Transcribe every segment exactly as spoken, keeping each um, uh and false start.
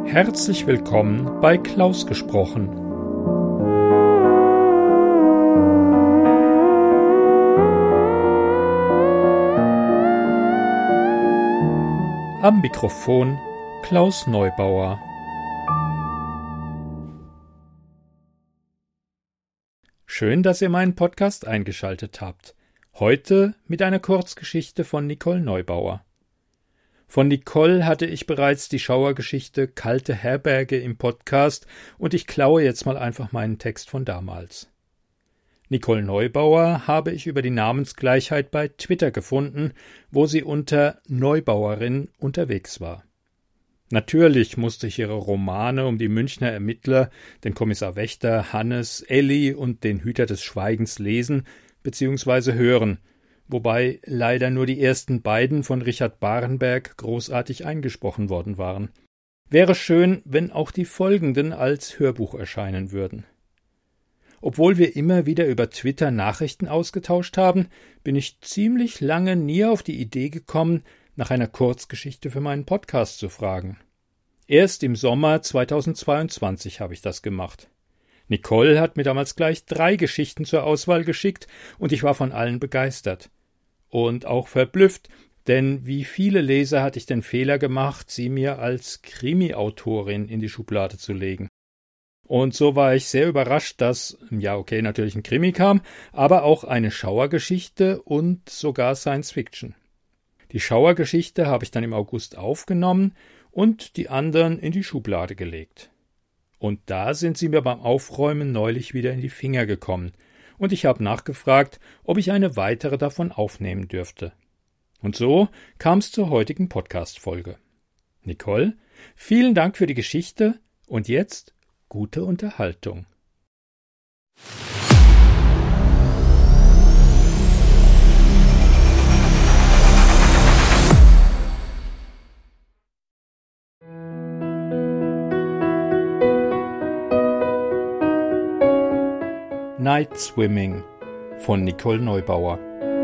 Herzlich willkommen bei Klaus gesprochen. Am Mikrofon Klaus Neubauer. Schön, dass ihr meinen Podcast eingeschaltet habt. Heute mit einer Kurzgeschichte von Nicole Neubauer. Von Nicole hatte ich bereits die Schauergeschichte Kalte Herberge im Podcast und ich klaue jetzt mal einfach meinen Text von damals. Nicole Neubauer habe ich über die Namensgleichheit bei Twitter gefunden, wo sie unter Neubauerin unterwegs war. Natürlich musste ich ihre Romane um die Münchner Ermittler, den Kommissar Wächter, Hannes, Elli und den Hüter des Schweigens lesen bzw. hören, wobei leider nur die ersten beiden von Richard Barenberg großartig eingesprochen worden waren. Wäre schön, wenn auch die folgenden als Hörbuch erscheinen würden. Obwohl wir immer wieder über Twitter Nachrichten ausgetauscht haben, bin ich ziemlich lange nie auf die Idee gekommen, nach einer Kurzgeschichte für meinen Podcast zu fragen. Erst im Sommer zweitausendzweiundzwanzig habe ich das gemacht. Nicole hat mir damals gleich drei Geschichten zur Auswahl geschickt und ich war von allen begeistert. Und auch verblüfft, denn wie viele Leser hatte ich den Fehler gemacht, sie mir als Krimi-Autorin in die Schublade zu legen. Und so war ich sehr überrascht, dass, ja okay, natürlich ein Krimi kam, aber auch eine Schauergeschichte und sogar Science Fiction. Die Schauergeschichte habe ich dann im August aufgenommen und die anderen in die Schublade gelegt. Und da sind sie mir beim Aufräumen neulich wieder in die Finger gekommen, und ich habe nachgefragt, ob ich eine weitere davon aufnehmen dürfte. Und so kam es zur heutigen Podcast-Folge. Nicole, vielen Dank für die Geschichte und jetzt gute Unterhaltung. Night Swimming von Nicole Neubauer.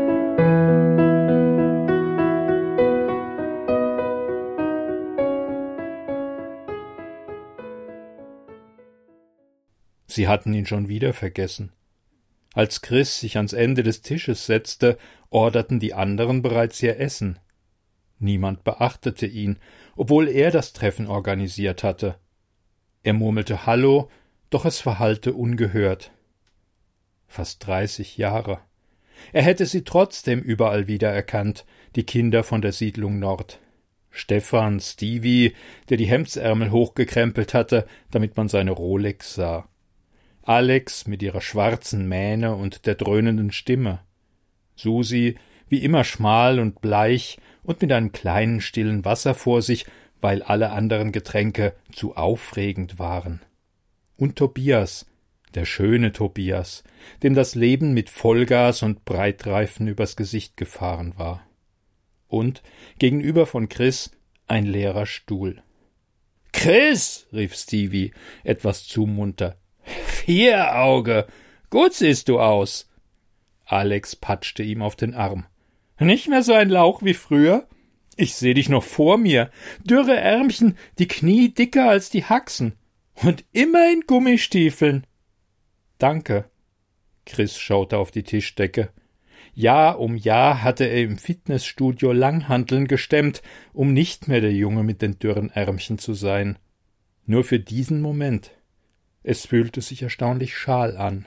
Sie hatten ihn schon wieder vergessen. Als Chris sich ans Ende des Tisches setzte, orderten die anderen bereits ihr Essen. Niemand beachtete ihn, obwohl er das Treffen organisiert hatte. Er murmelte Hallo, doch es verhallte ungehört. Fast dreißig Jahre. Er hätte sie trotzdem überall wiedererkannt, die Kinder von der Siedlung Nord. Stefan, Stevie, der die Hemdsärmel hochgekrempelt hatte, damit man seine Rolex sah. Alex mit ihrer schwarzen Mähne und der dröhnenden Stimme. Susi, wie immer schmal und bleich und mit einem kleinen stillen Wasser vor sich, weil alle anderen Getränke zu aufregend waren. Und Tobias, der schöne Tobias, dem das Leben mit Vollgas und Breitreifen übers Gesicht gefahren war. Und gegenüber von Chris ein leerer Stuhl. »Chris«, rief Stevie, etwas zu munter. »Vierauge, gut siehst du aus.« Alex patschte ihm auf den Arm. »Nicht mehr so ein Lauch wie früher? Ich seh dich noch vor mir. Dürre Ärmchen, die Knie dicker als die Haxen. Und immer in Gummistiefeln.« »Danke.« Chris schaute auf die Tischdecke. Jahr um Jahr hatte er im Fitnessstudio Langhanteln gestemmt, um nicht mehr der Junge mit den dürren Ärmchen zu sein. Nur für diesen Moment. Es fühlte sich erstaunlich schal an.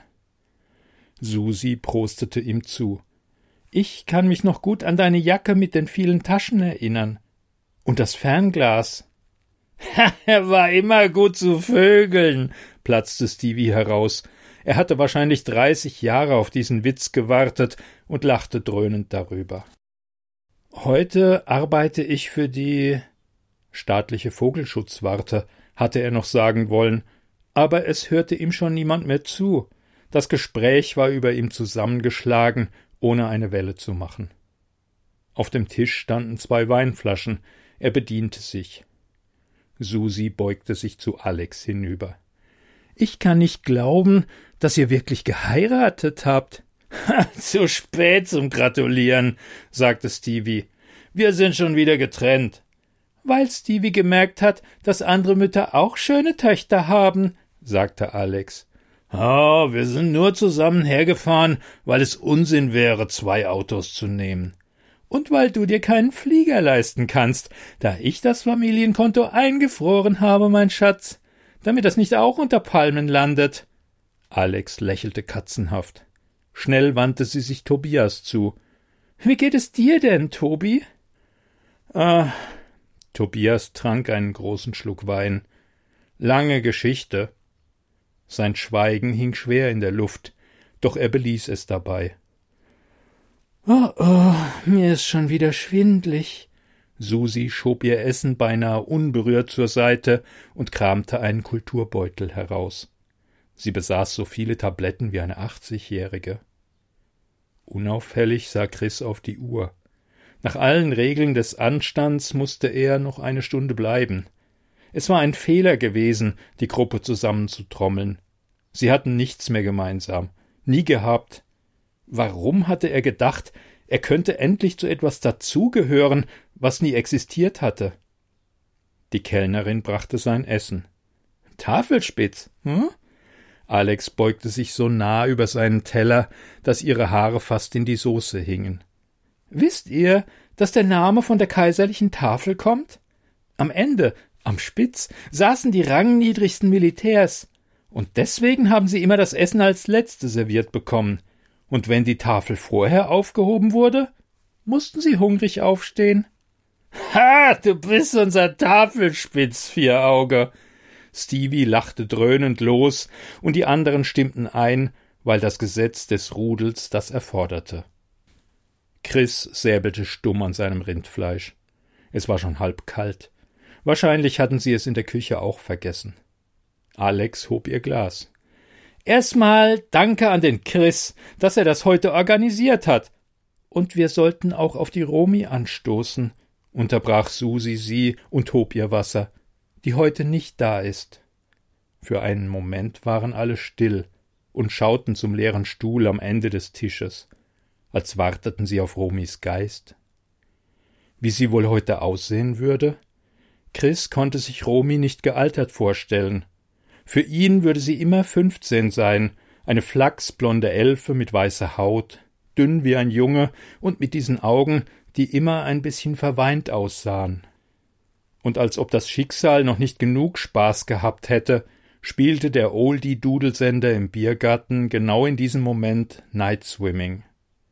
Susi prostete ihm zu. »Ich kann mich noch gut an deine Jacke mit den vielen Taschen erinnern. Und das Fernglas.« »Ha, er war immer gut zu vögeln«, platzte Stevie heraus. Er hatte wahrscheinlich dreißig Jahre auf diesen Witz gewartet und lachte dröhnend darüber. »Heute arbeite ich für die staatliche Vogelschutzwarte«, hatte er noch sagen wollen, aber es hörte ihm schon niemand mehr zu. Das Gespräch war über ihm zusammengeschlagen, ohne eine Welle zu machen. Auf dem Tisch standen zwei Weinflaschen. Er bediente sich. Susi beugte sich zu Alex hinüber. »Ich kann nicht glauben, dass ihr wirklich geheiratet habt.« »Ha, zu spät zum Gratulieren«, sagte Stevie. »Wir sind schon wieder getrennt.« Weil Stevie gemerkt hat, dass andere Mütter auch schöne Töchter haben, sagte Alex. Ah, wir sind nur zusammen hergefahren, weil es Unsinn wäre, zwei Autos zu nehmen. Und weil du dir keinen Flieger leisten kannst, da ich das Familienkonto eingefroren habe, mein Schatz, damit das nicht auch unter Palmen landet. Alex lächelte katzenhaft. Schnell wandte sie sich Tobias zu. Wie geht es dir denn, Tobi? Ah, Tobias trank einen großen Schluck Wein. Lange Geschichte. Sein Schweigen hing schwer in der Luft, doch er beließ es dabei. Oh, oh, mir ist schon wieder schwindlig. Susi schob ihr Essen beinahe unberührt zur Seite und kramte einen Kulturbeutel heraus. Sie besaß so viele Tabletten wie eine achtzigjährige. Unauffällig sah Chris auf die Uhr. Nach allen Regeln des Anstands musste er noch eine Stunde bleiben. Es war ein Fehler gewesen, die Gruppe zusammenzutrommeln. Sie hatten nichts mehr gemeinsam, nie gehabt. Warum hatte er gedacht, er könnte endlich zu etwas dazugehören, was nie existiert hatte? Die Kellnerin brachte sein Essen. Tafelspitz, hm? Alex beugte sich so nah über seinen Teller, dass ihre Haare fast in die Soße hingen. Wisst ihr, dass der Name von der kaiserlichen Tafel kommt? Am Ende, am Spitz, saßen die rangniedrigsten Militärs, und deswegen haben sie immer das Essen als Letzte serviert bekommen, und wenn die Tafel vorher aufgehoben wurde, mussten sie hungrig aufstehen. Ha, du bist unser Tafelspitz, Vierauge! Stevie lachte dröhnend los, und die anderen stimmten ein, weil das Gesetz des Rudels das erforderte. Chris säbelte stumm an seinem Rindfleisch. Es war schon halb kalt. Wahrscheinlich hatten sie es in der Küche auch vergessen. Alex hob ihr Glas. Erstmal danke an den Chris, dass er das heute organisiert hat. Und wir sollten auch auf die Romy anstoßen, unterbrach Susi sie und hob ihr Wasser, die heute nicht da ist. Für einen Moment waren alle still und schauten zum leeren Stuhl am Ende des Tisches, als warteten sie auf Romys Geist. Wie sie wohl heute aussehen würde? Chris konnte sich Romy nicht gealtert vorstellen. Für ihn würde sie immer fünfzehn sein, eine flachsblonde Elfe mit weißer Haut, dünn wie ein Junge und mit diesen Augen, die immer ein bisschen verweint aussahen. Und als ob das Schicksal noch nicht genug Spaß gehabt hätte, spielte der Oldie-Dudelsender im Biergarten genau in diesem Moment Night Swimming.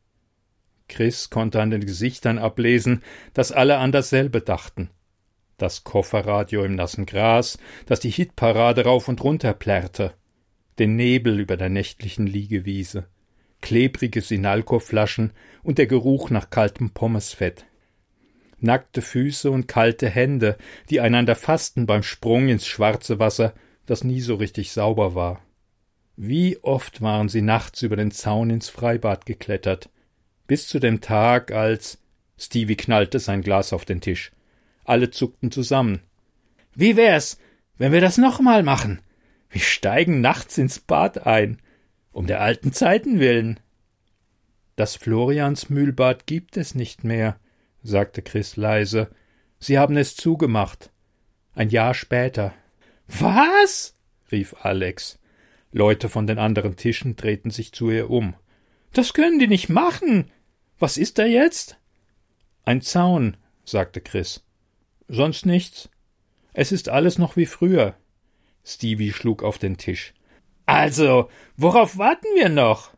Chris konnte an den Gesichtern ablesen, dass alle an dasselbe dachten. Das Kofferradio im nassen Gras, das die Hitparade rauf und runter plärrte, den Nebel über der nächtlichen Liegewiese, klebrige Sinalco-Flaschen und der Geruch nach kaltem Pommesfett. Nackte Füße und kalte Hände, die einander fassten beim Sprung ins schwarze Wasser, das nie so richtig sauber war. Wie oft waren sie nachts über den Zaun ins Freibad geklettert, bis zu dem Tag, als Stevie knallte sein Glas auf den Tisch. Alle zuckten zusammen. Wie wär's, wenn wir das nochmal machen? Wir steigen nachts ins Bad ein, um der alten Zeiten willen. Das Floriansmühlbad gibt es nicht mehr, sagte Chris leise. Sie haben es zugemacht. Ein Jahr später. Was? Rief Alex. Leute von den anderen Tischen drehten sich zu ihr um. Das können die nicht machen. Was ist da jetzt? Ein Zaun, sagte Chris. Sonst nichts. Es ist alles noch wie früher. Stevie schlug auf den Tisch. Also, worauf warten wir noch?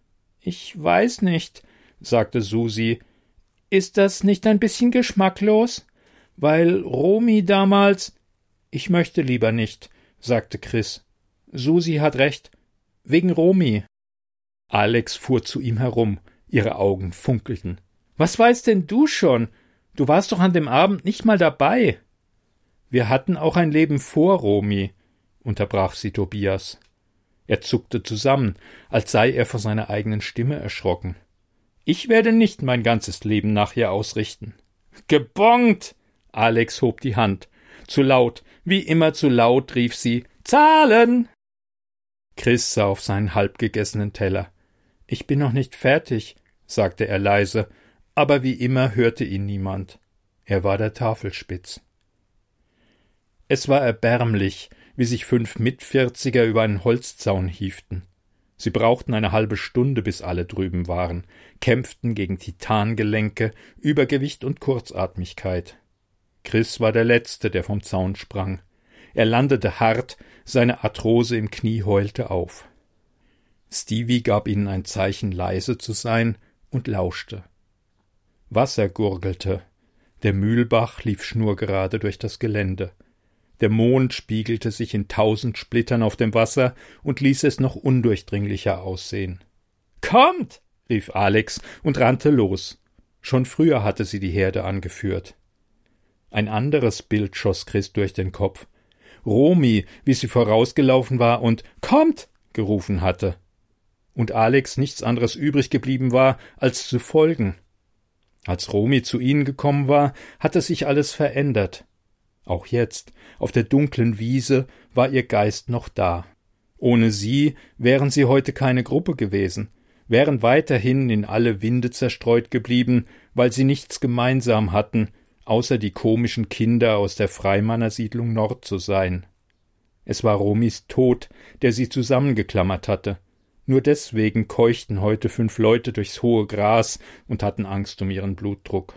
Ich weiß nicht, sagte Susi. Ist das nicht ein bisschen geschmacklos? Weil Romy damals… Ich möchte lieber nicht, sagte Chris. Susi hat recht. Wegen Romy. Alex fuhr zu ihm herum. Ihre Augen funkelten. Was weißt denn du schon? Du warst doch an dem Abend nicht mal dabei. Wir hatten auch ein Leben vor Romy, unterbrach sie Tobias. Er zuckte zusammen, als sei er vor seiner eigenen Stimme erschrocken. Ich werde nicht mein ganzes Leben nach ihr ausrichten. Gebongt! Alex hob die Hand. Zu laut, wie immer zu laut, rief sie, Zahlen! Chris sah auf seinen halbgegessenen Teller. Ich bin noch nicht fertig, sagte er leise, aber wie immer hörte ihn niemand. Er war der Tafelspitz. Es war erbärmlich, wie sich fünf Mitvierziger über einen Holzzaun hieften. Sie brauchten eine halbe Stunde, bis alle drüben waren, kämpften gegen Titangelenke, Übergewicht und Kurzatmigkeit. Chris war der Letzte, der vom Zaun sprang. Er landete hart, seine Arthrose im Knie heulte auf. Stevie gab ihnen ein Zeichen, leise zu sein, und lauschte. Wasser gurgelte. Der Mühlbach lief schnurgerade durch das Gelände. Der Mond spiegelte sich in tausend Splittern auf dem Wasser und ließ es noch undurchdringlicher aussehen. »Kommt!« rief Alex und rannte los. Schon früher hatte sie die Herde angeführt. Ein anderes Bild schoss Chris durch den Kopf. Romy, wie sie vorausgelaufen war und »Kommt!« gerufen hatte. Und Alex nichts anderes übrig geblieben war, als zu folgen. Als Romy zu ihnen gekommen war, hatte sich alles verändert. Auch jetzt, auf der dunklen Wiese, war ihr Geist noch da. Ohne sie wären sie heute keine Gruppe gewesen, wären weiterhin in alle Winde zerstreut geblieben, weil sie nichts gemeinsam hatten, außer die komischen Kinder aus der Freimannersiedlung Nord zu sein. Es war Romys Tod, der sie zusammengeklammert hatte. Nur deswegen keuchten heute fünf Leute durchs hohe Gras und hatten Angst um ihren Blutdruck.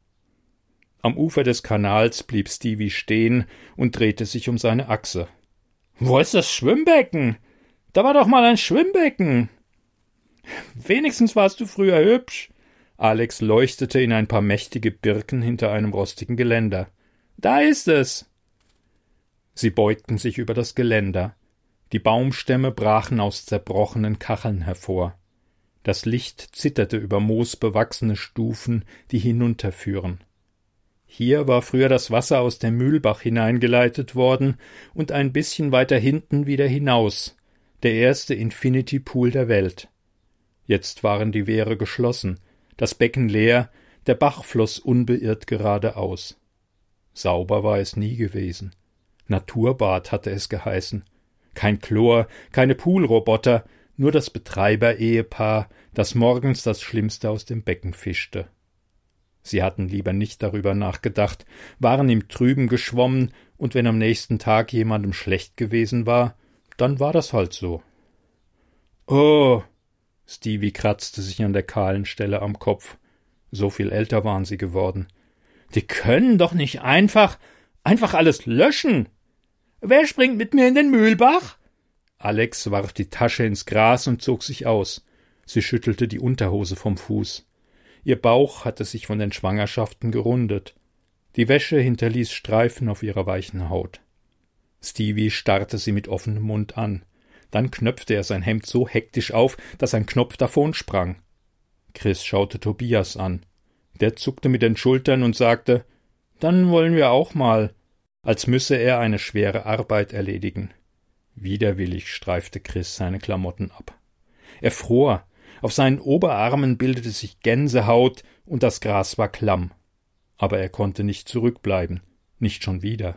Am Ufer des Kanals blieb Stevie stehen und drehte sich um seine Achse. »Wo ist das Schwimmbecken? Da war doch mal ein Schwimmbecken!« »Wenigstens warst du früher hübsch!« Alex leuchtete in ein paar mächtige Birken hinter einem rostigen Geländer. »Da ist es!« Sie beugten sich über das Geländer. Die Baumstämme brachen aus zerbrochenen Kacheln hervor. Das Licht zitterte über moosbewachsene Stufen, die hinunterführen. Hier war früher das Wasser aus dem Mühlbach hineingeleitet worden und ein bisschen weiter hinten wieder hinaus, der erste Infinity Pool der Welt. Jetzt waren die Wehre geschlossen, das Becken leer, der Bach floss unbeirrt geradeaus. Sauber war es nie gewesen. Naturbad hatte es geheißen. Kein Chlor, keine Poolroboter, nur das Betreiber-Ehepaar, das morgens das Schlimmste aus dem Becken fischte. Sie hatten lieber nicht darüber nachgedacht, waren im Trüben geschwommen, und wenn am nächsten Tag jemandem schlecht gewesen war, dann war das halt so. »Oh!« Stevie kratzte sich an der kahlen Stelle am Kopf. So viel älter waren sie geworden. »Die können doch nicht einfach, einfach alles löschen! Wer springt mit mir in den Mühlbach?« Alex warf die Tasche ins Gras und zog sich aus. Sie schüttelte die Unterhose vom Fuß. Ihr Bauch hatte sich von den Schwangerschaften gerundet. Die Wäsche hinterließ Streifen auf ihrer weichen Haut. Stevie starrte sie mit offenem Mund an. Dann knöpfte er sein Hemd so hektisch auf, dass ein Knopf davonsprang. Chris schaute Tobias an. Der zuckte mit den Schultern und sagte, »Dann wollen wir auch mal«, als müsse er eine schwere Arbeit erledigen. Widerwillig streifte Chris seine Klamotten ab. Er fror. Auf seinen Oberarmen bildete sich Gänsehaut und das Gras war klamm. Aber er konnte nicht zurückbleiben, nicht schon wieder.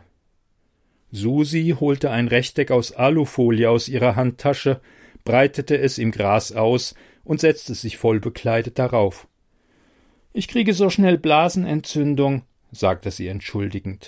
Susi holte ein Rechteck aus Alufolie aus ihrer Handtasche, breitete es im Gras aus und setzte sich voll bekleidet darauf. »Ich kriege so schnell Blasenentzündung«, sagte sie entschuldigend.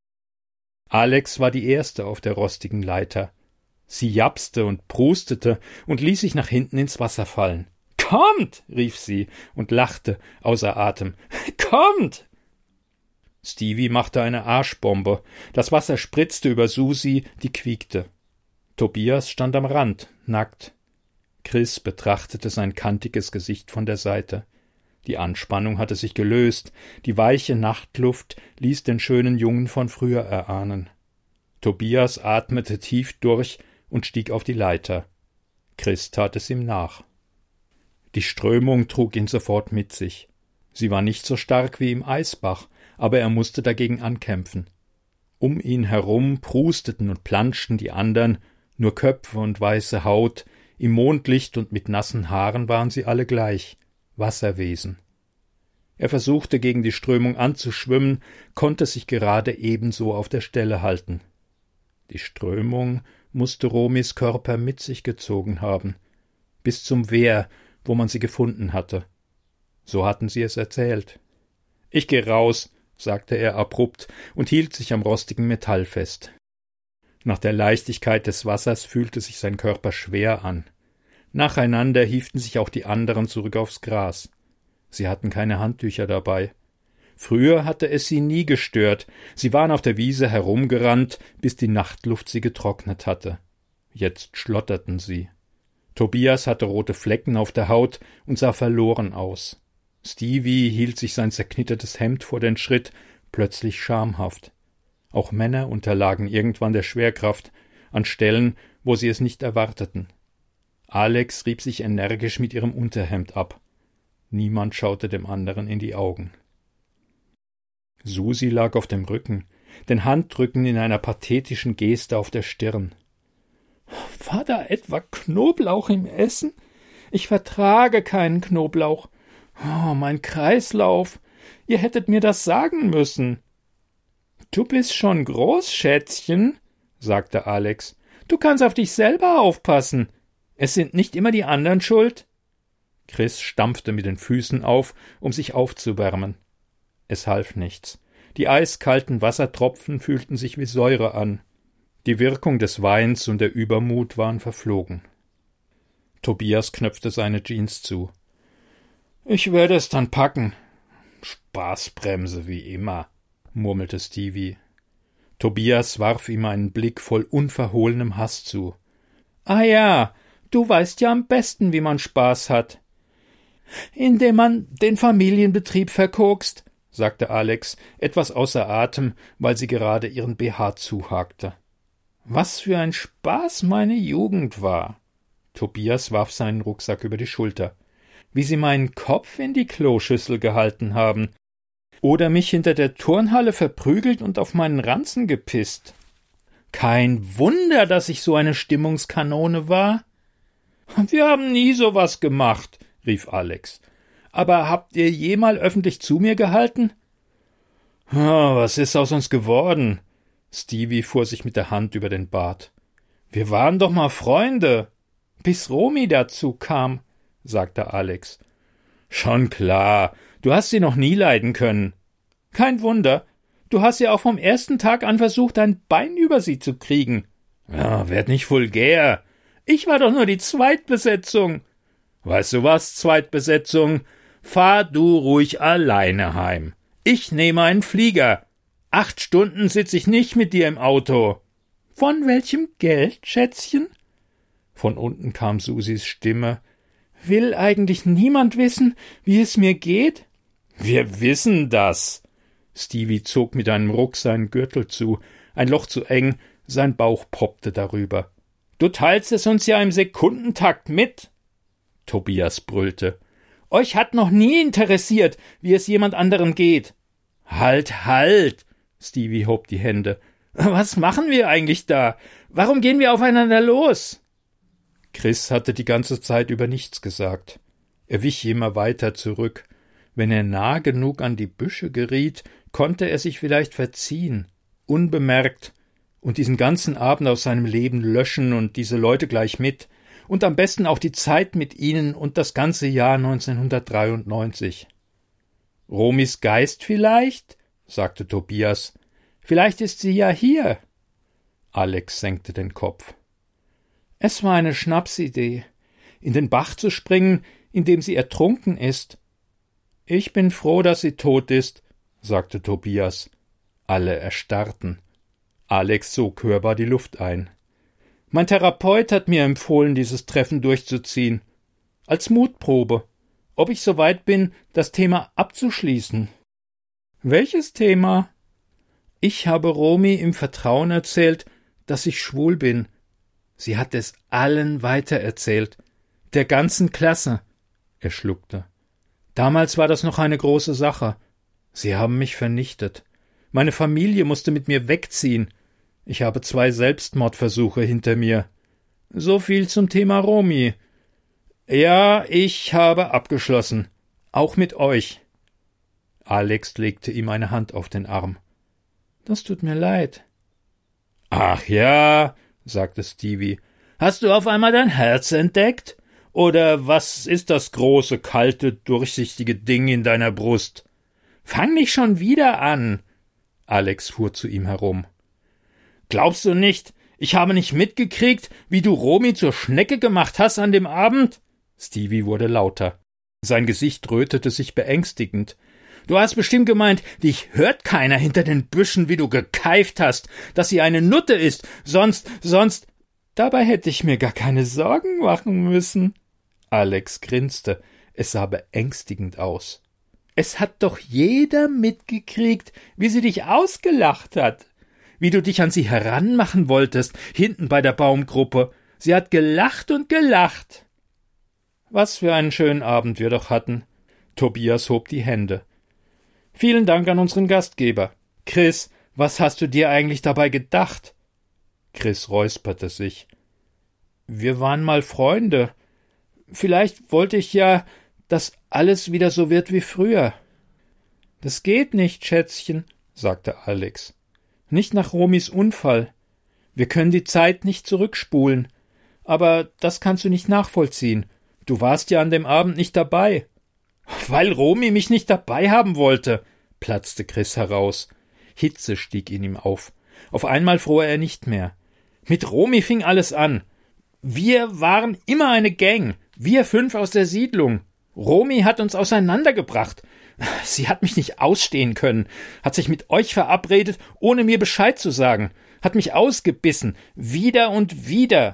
Alex war die Erste auf der rostigen Leiter. Sie japste und prustete und ließ sich nach hinten ins Wasser fallen. »Kommt«, rief sie und lachte, außer Atem. »Kommt!« Stevie machte eine Arschbombe. Das Wasser spritzte über Susi, die quiekte. Tobias stand am Rand, nackt. Chris betrachtete sein kantiges Gesicht von der Seite. Die Anspannung hatte sich gelöst, die weiche Nachtluft ließ den schönen Jungen von früher erahnen. Tobias atmete tief durch und stieg auf die Leiter. Chris tat es ihm nach. Die Strömung trug ihn sofort mit sich. Sie war nicht so stark wie im Eisbach, aber er musste dagegen ankämpfen. Um ihn herum prusteten und planschten die anderen, nur Köpfe und weiße Haut, im Mondlicht und mit nassen Haaren waren sie alle gleich, Wasserwesen. Er versuchte gegen die Strömung anzuschwimmen, konnte sich gerade ebenso auf der Stelle halten. Die Strömung musste Romys Körper mit sich gezogen haben, bis zum Wehr, wo man sie gefunden hatte. So hatten sie es erzählt. »Ich geh raus«, sagte er abrupt und hielt sich am rostigen Metall fest. Nach der Leichtigkeit des Wassers fühlte sich sein Körper schwer an. Nacheinander hieften sich auch die anderen zurück aufs Gras. Sie hatten keine Handtücher dabei. Früher hatte es sie nie gestört. Sie waren auf der Wiese herumgerannt, bis die Nachtluft sie getrocknet hatte. Jetzt schlotterten sie. Tobias hatte rote Flecken auf der Haut und sah verloren aus. Stevie hielt sich sein zerknittertes Hemd vor den Schritt, plötzlich schamhaft. Auch Männer unterlagen irgendwann der Schwerkraft, an Stellen, wo sie es nicht erwarteten. Alex rieb sich energisch mit ihrem Unterhemd ab. Niemand schaute dem anderen in die Augen. Susi lag auf dem Rücken, den Handrücken in einer pathetischen Geste auf der Stirn. »War da etwa Knoblauch im Essen? Ich vertrage keinen Knoblauch. Oh, mein Kreislauf. Ihr hättet mir das sagen müssen.« »Du bist schon groß, Schätzchen«, sagte Alex. »Du kannst auf dich selber aufpassen. Es sind nicht immer die anderen schuld.« Chris stampfte mit den Füßen auf, um sich aufzuwärmen. Es half nichts. Die eiskalten Wassertropfen fühlten sich wie Säure an. Die Wirkung des Weins und der Übermut waren verflogen. Tobias knöpfte seine Jeans zu. »Ich werde es dann packen.« »Spaßbremse wie immer«, murmelte Stevie. Tobias warf ihm einen Blick voll unverhohlenem Hass zu. »Ah ja, du weißt ja am besten, wie man Spaß hat.« »Indem man den Familienbetrieb verkokst«, sagte Alex, etwas außer Atem, weil sie gerade ihren B H zuhakte. »Was für ein Spaß meine Jugend war!« Tobias warf seinen Rucksack über die Schulter. »Wie sie meinen Kopf in die Kloschüssel gehalten haben. Oder mich hinter der Turnhalle verprügelt und auf meinen Ranzen gepisst. Kein Wunder, dass ich so eine Stimmungskanone war.« »Wir haben nie sowas gemacht«, rief Alex. »Aber habt ihr jemal öffentlich zu mir gehalten?« »Oh, was ist aus uns geworden?« Stevie fuhr sich mit der Hand über den Bart. »Wir waren doch mal Freunde, bis Romy dazu kam«, sagte Alex. »Schon klar, du hast sie noch nie leiden können.« »Kein Wunder, du hast ja auch vom ersten Tag an versucht, ein Bein über sie zu kriegen.« »Ja, werd nicht vulgär. Ich war doch nur die Zweitbesetzung.« »Weißt du was, Zweitbesetzung? Fahr du ruhig alleine heim. Ich nehme einen Flieger. Acht Stunden sitze ich nicht mit dir im Auto.« »Von welchem Geld, Schätzchen?« Von unten kam Susis Stimme. »Will eigentlich niemand wissen, wie es mir geht?« »Wir wissen das.« Stevie zog mit einem Ruck seinen Gürtel zu, ein Loch zu eng, sein Bauch poppte darüber. »Du teilst es uns ja im Sekundentakt mit.« Tobias brüllte. »Euch hat noch nie interessiert, wie es jemand anderem geht.« »Halt, halt!« Stevie hob die Hände. »Was machen wir eigentlich da? Warum gehen wir aufeinander los?« Chris hatte die ganze Zeit über nichts gesagt. Er wich immer weiter zurück. Wenn er nah genug an die Büsche geriet, konnte er sich vielleicht verziehen, unbemerkt, und diesen ganzen Abend aus seinem Leben löschen und diese Leute gleich mit, und am besten auch die Zeit mit ihnen und das ganze Jahr neunzehnhundertdreiundneunzig. »Romys Geist vielleicht?« sagte Tobias. »Vielleicht ist sie ja hier.« Alex senkte den Kopf. »Es war eine Schnapsidee, in den Bach zu springen, in dem sie ertrunken ist.« »Ich bin froh, dass sie tot ist«, sagte Tobias. Alle erstarrten. Alex sog hörbar die Luft ein. »Mein Therapeut hat mir empfohlen, dieses Treffen durchzuziehen. Als Mutprobe. Ob ich soweit bin, das Thema abzuschließen.« »Welches Thema?« »Ich habe Romy im Vertrauen erzählt, dass ich schwul bin. Sie hat es allen weitererzählt. Der ganzen Klasse.« Er schluckte. »Damals war das noch eine große Sache. Sie haben mich vernichtet. Meine Familie musste mit mir wegziehen. Ich habe zwei Selbstmordversuche hinter mir. So viel zum Thema Romy. Ja, ich habe abgeschlossen. Auch mit euch.« Alex legte ihm eine Hand auf den Arm. »Das tut mir leid.« »Ach ja«, sagte Stevie. »Hast du auf einmal dein Herz entdeckt? Oder was ist das große, kalte, durchsichtige Ding in deiner Brust? Fang nicht schon wieder an! Alex fuhr zu ihm herum. Glaubst du nicht, ich habe nicht mitgekriegt, wie du Romy zur Schnecke gemacht hast an dem Abend? Stevie wurde lauter. Sein Gesicht rötete sich beängstigend. Du hast bestimmt gemeint, dich hört keiner hinter den Büschen, wie du gekeift hast, dass sie eine Nutte ist, sonst, sonst… Dabei hätte ich mir gar keine Sorgen machen müssen. Alex grinste. Es sah beängstigend aus. Es hat doch jeder mitgekriegt, wie sie dich ausgelacht hat, wie du dich an sie heranmachen wolltest, hinten bei der Baumgruppe. Sie hat gelacht und gelacht. Was für einen schönen Abend wir doch hatten. Tobias hob die Hände. Vielen Dank an unseren Gastgeber. Chris, was hast du dir eigentlich dabei gedacht? Chris räusperte sich. Wir waren mal Freunde. Vielleicht wollte ich ja, dass alles wieder so wird wie früher. Das geht nicht, Schätzchen, sagte Alex. Nicht nach Romys Unfall. Wir können die Zeit nicht zurückspulen. Aber das kannst du nicht nachvollziehen. Du warst ja an dem Abend nicht dabei. Weil Romy mich nicht dabei haben wollte, platzte Chris heraus. Hitze stieg in ihm auf. Auf einmal fror er nicht mehr. Mit Romy fing alles an. Wir waren immer eine Gang, wir fünf aus der Siedlung. Romy hat uns auseinandergebracht. Sie hat mich nicht ausstehen können, hat sich mit euch verabredet, ohne mir Bescheid zu sagen, hat mich ausgebissen, wieder und wieder.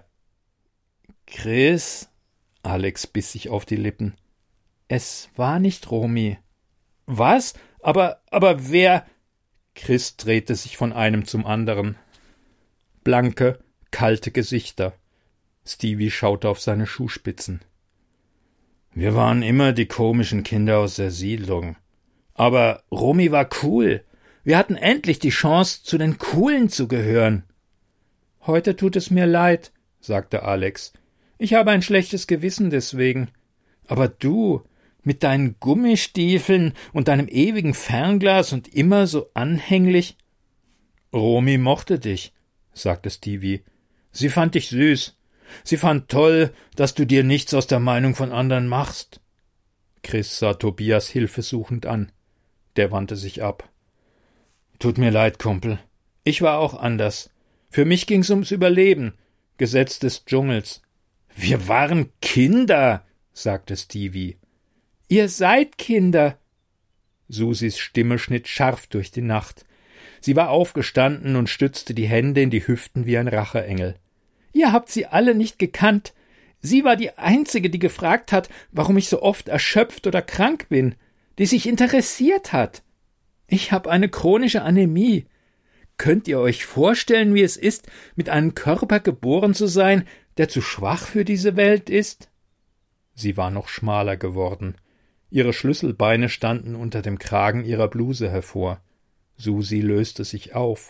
Chris, Alex biss sich auf die Lippen. Es war nicht Romy. Was? Aber, aber wer? Chris drehte sich von einem zum anderen. Blanke, kalte Gesichter. Stevie schaute auf seine Schuhspitzen. Wir waren immer die komischen Kinder aus der Siedlung. Aber Romy war cool. Wir hatten endlich die Chance, zu den Coolen zu gehören. Heute tut es mir leid, sagte Alex. Ich habe ein schlechtes Gewissen deswegen. Aber du, mit deinen Gummistiefeln und deinem ewigen Fernglas und immer so anhänglich. Romy mochte dich, sagte Stevie. Sie fand dich süß. Sie fand toll, dass du dir nichts aus der Meinung von anderen machst. Chris sah Tobias hilfesuchend an. Der wandte sich ab. Tut mir leid, Kumpel. Ich war auch anders. Für mich ging's ums Überleben. Gesetz des Dschungels. Wir waren Kinder, sagte Stevie. Ihr seid Kinder. Susis Stimme schnitt scharf durch die Nacht. Sie war aufgestanden und stützte die Hände in die Hüften wie ein Racheengel. Ihr habt sie alle nicht gekannt. Sie war die Einzige, die gefragt hat, warum ich so oft erschöpft oder krank bin, die sich interessiert hat. Ich habe eine chronische Anämie. Könnt ihr euch vorstellen, wie es ist, mit einem Körper geboren zu sein, der zu schwach für diese Welt ist? Sie war noch schmaler geworden. Ihre Schlüsselbeine standen unter dem Kragen ihrer Bluse hervor. Susi löste sich auf.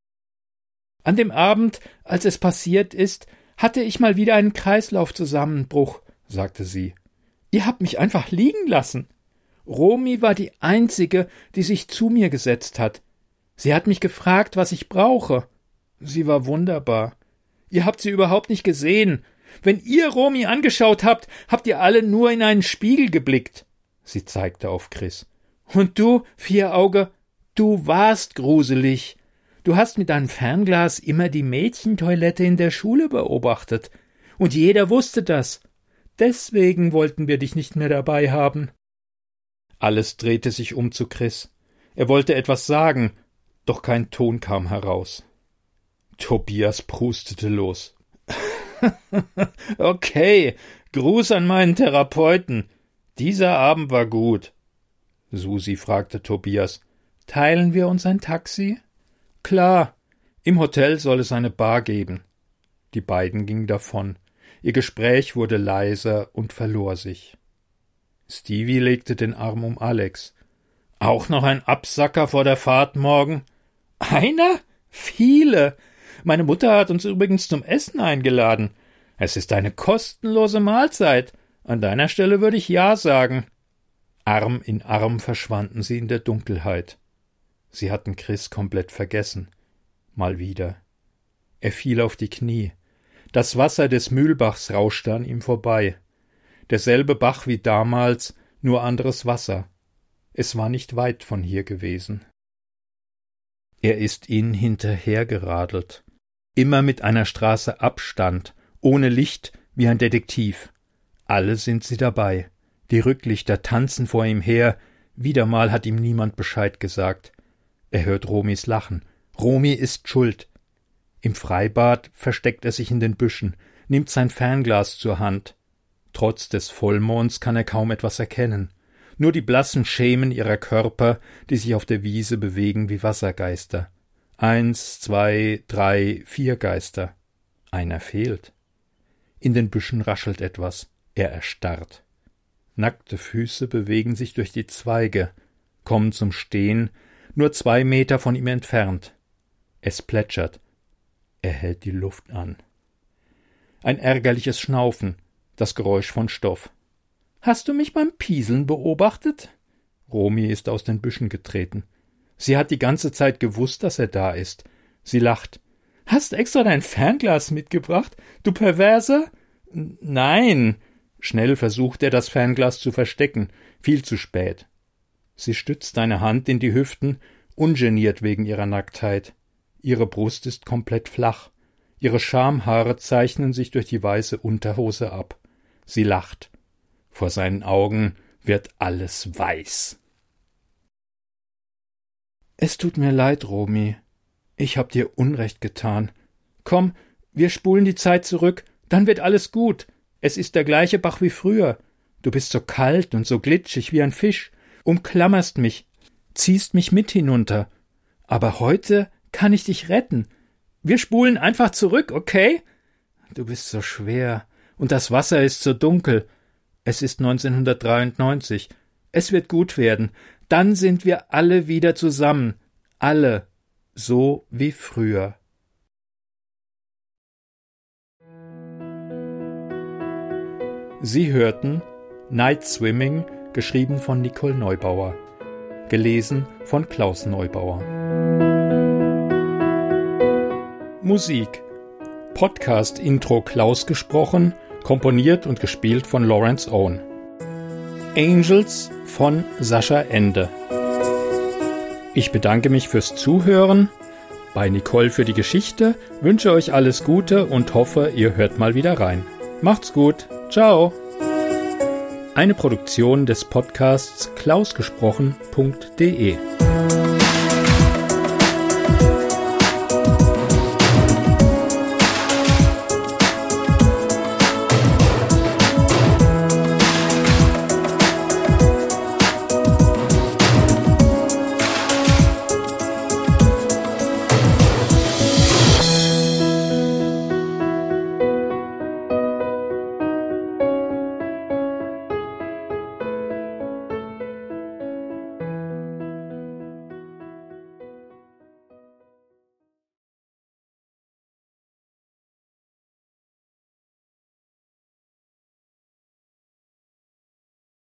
An dem Abend, als es passiert ist, hatte ich mal wieder einen Kreislaufzusammenbruch, sagte sie. Ihr habt mich einfach liegen lassen. Romy war die Einzige, die sich zu mir gesetzt hat. Sie hat mich gefragt, was ich brauche. Sie war wunderbar. Ihr habt sie überhaupt nicht gesehen. Wenn ihr Romy angeschaut habt, habt ihr alle nur in einen Spiegel geblickt. Sie zeigte auf Chris. Und du, Vierauge, du warst gruselig. Du hast mit deinem Fernglas immer die Mädchentoilette in der Schule beobachtet. Und jeder wusste das. Deswegen wollten wir dich nicht mehr dabei haben. Alles drehte sich um zu Chris. Er wollte etwas sagen, doch kein Ton kam heraus. Tobias prustete los. Okay, Gruß an meinen Therapeuten. Dieser Abend war gut. Susi fragte Tobias. Teilen wir uns ein Taxi? Klar, im Hotel soll es eine Bar geben. Die beiden gingen davon. Ihr Gespräch wurde leiser und verlor sich. Stevie legte den Arm um Alex. Auch noch ein Absacker vor der Fahrt morgen? Einer? Viele. Meine Mutter hat uns übrigens zum Essen eingeladen. Es ist eine kostenlose Mahlzeit. An deiner Stelle würde ich ja sagen. Arm in Arm verschwanden sie in der Dunkelheit. Sie hatten Chris komplett vergessen. Mal wieder. Er fiel auf die Knie. Das Wasser des Mühlbachs rauschte an ihm vorbei. Derselbe Bach wie damals, nur anderes Wasser. Es war nicht weit von hier gewesen. Er ist ihnen hinterhergeradelt, immer mit einer Straße Abstand, ohne Licht, wie ein Detektiv. Alle sind sie dabei. Die Rücklichter tanzen vor ihm her. Wieder mal hat ihm niemand Bescheid gesagt. Er hört Romis Lachen. Romi ist schuld. Im Freibad versteckt er sich in den Büschen, nimmt sein Fernglas zur Hand. Trotz des Vollmonds kann er kaum etwas erkennen. Nur die blassen Schemen ihrer Körper, die sich auf der Wiese bewegen wie Wassergeister. Eins, zwei, drei, vier Geister. Einer fehlt. In den Büschen raschelt etwas. Er erstarrt. Nackte Füße bewegen sich durch die Zweige, kommen zum Stehen, nur zwei Meter von ihm entfernt. Es plätschert. Er hält die Luft an. Ein ärgerliches Schnaufen, das Geräusch von Stoff. »Hast du mich beim Pieseln beobachtet?« Romi ist aus den Büschen getreten. Sie hat die ganze Zeit gewusst, dass er da ist. Sie lacht. »Hast extra dein Fernglas mitgebracht, du Perverser?« »Nein!« Schnell versucht er, das Fernglas zu verstecken. Viel zu spät. Sie stützt eine Hand in die Hüften, ungeniert wegen ihrer Nacktheit. Ihre Brust ist komplett flach. Ihre Schamhaare zeichnen sich durch die weiße Unterhose ab. Sie lacht. Vor seinen Augen wird alles weiß. »Es tut mir leid, Romi. Ich hab dir Unrecht getan. Komm, wir spulen die Zeit zurück, dann wird alles gut. Es ist der gleiche Bach wie früher. Du bist so kalt und so glitschig wie ein Fisch, umklammerst mich, ziehst mich mit hinunter. Aber heute kann ich dich retten. Wir spulen einfach zurück, okay? Du bist so schwer und das Wasser ist so dunkel. Es ist neunzehnhundertdreiundneunzig. Es wird gut werden. Dann sind wir alle wieder zusammen. Alle. So wie früher. Sie hörten Night Swimming, geschrieben von Nicole Neubauer. Gelesen von Klaus Neubauer. Musik. Podcast-Intro Klaus gesprochen, komponiert und gespielt von Lawrence Owen. Angels von Sascha Ende. Ich bedanke mich fürs Zuhören, bei Nicole für die Geschichte, wünsche euch alles Gute und hoffe, ihr hört mal wieder rein. Macht's gut. Ciao. Eine Produktion des Podcasts klausgesprochen punkt de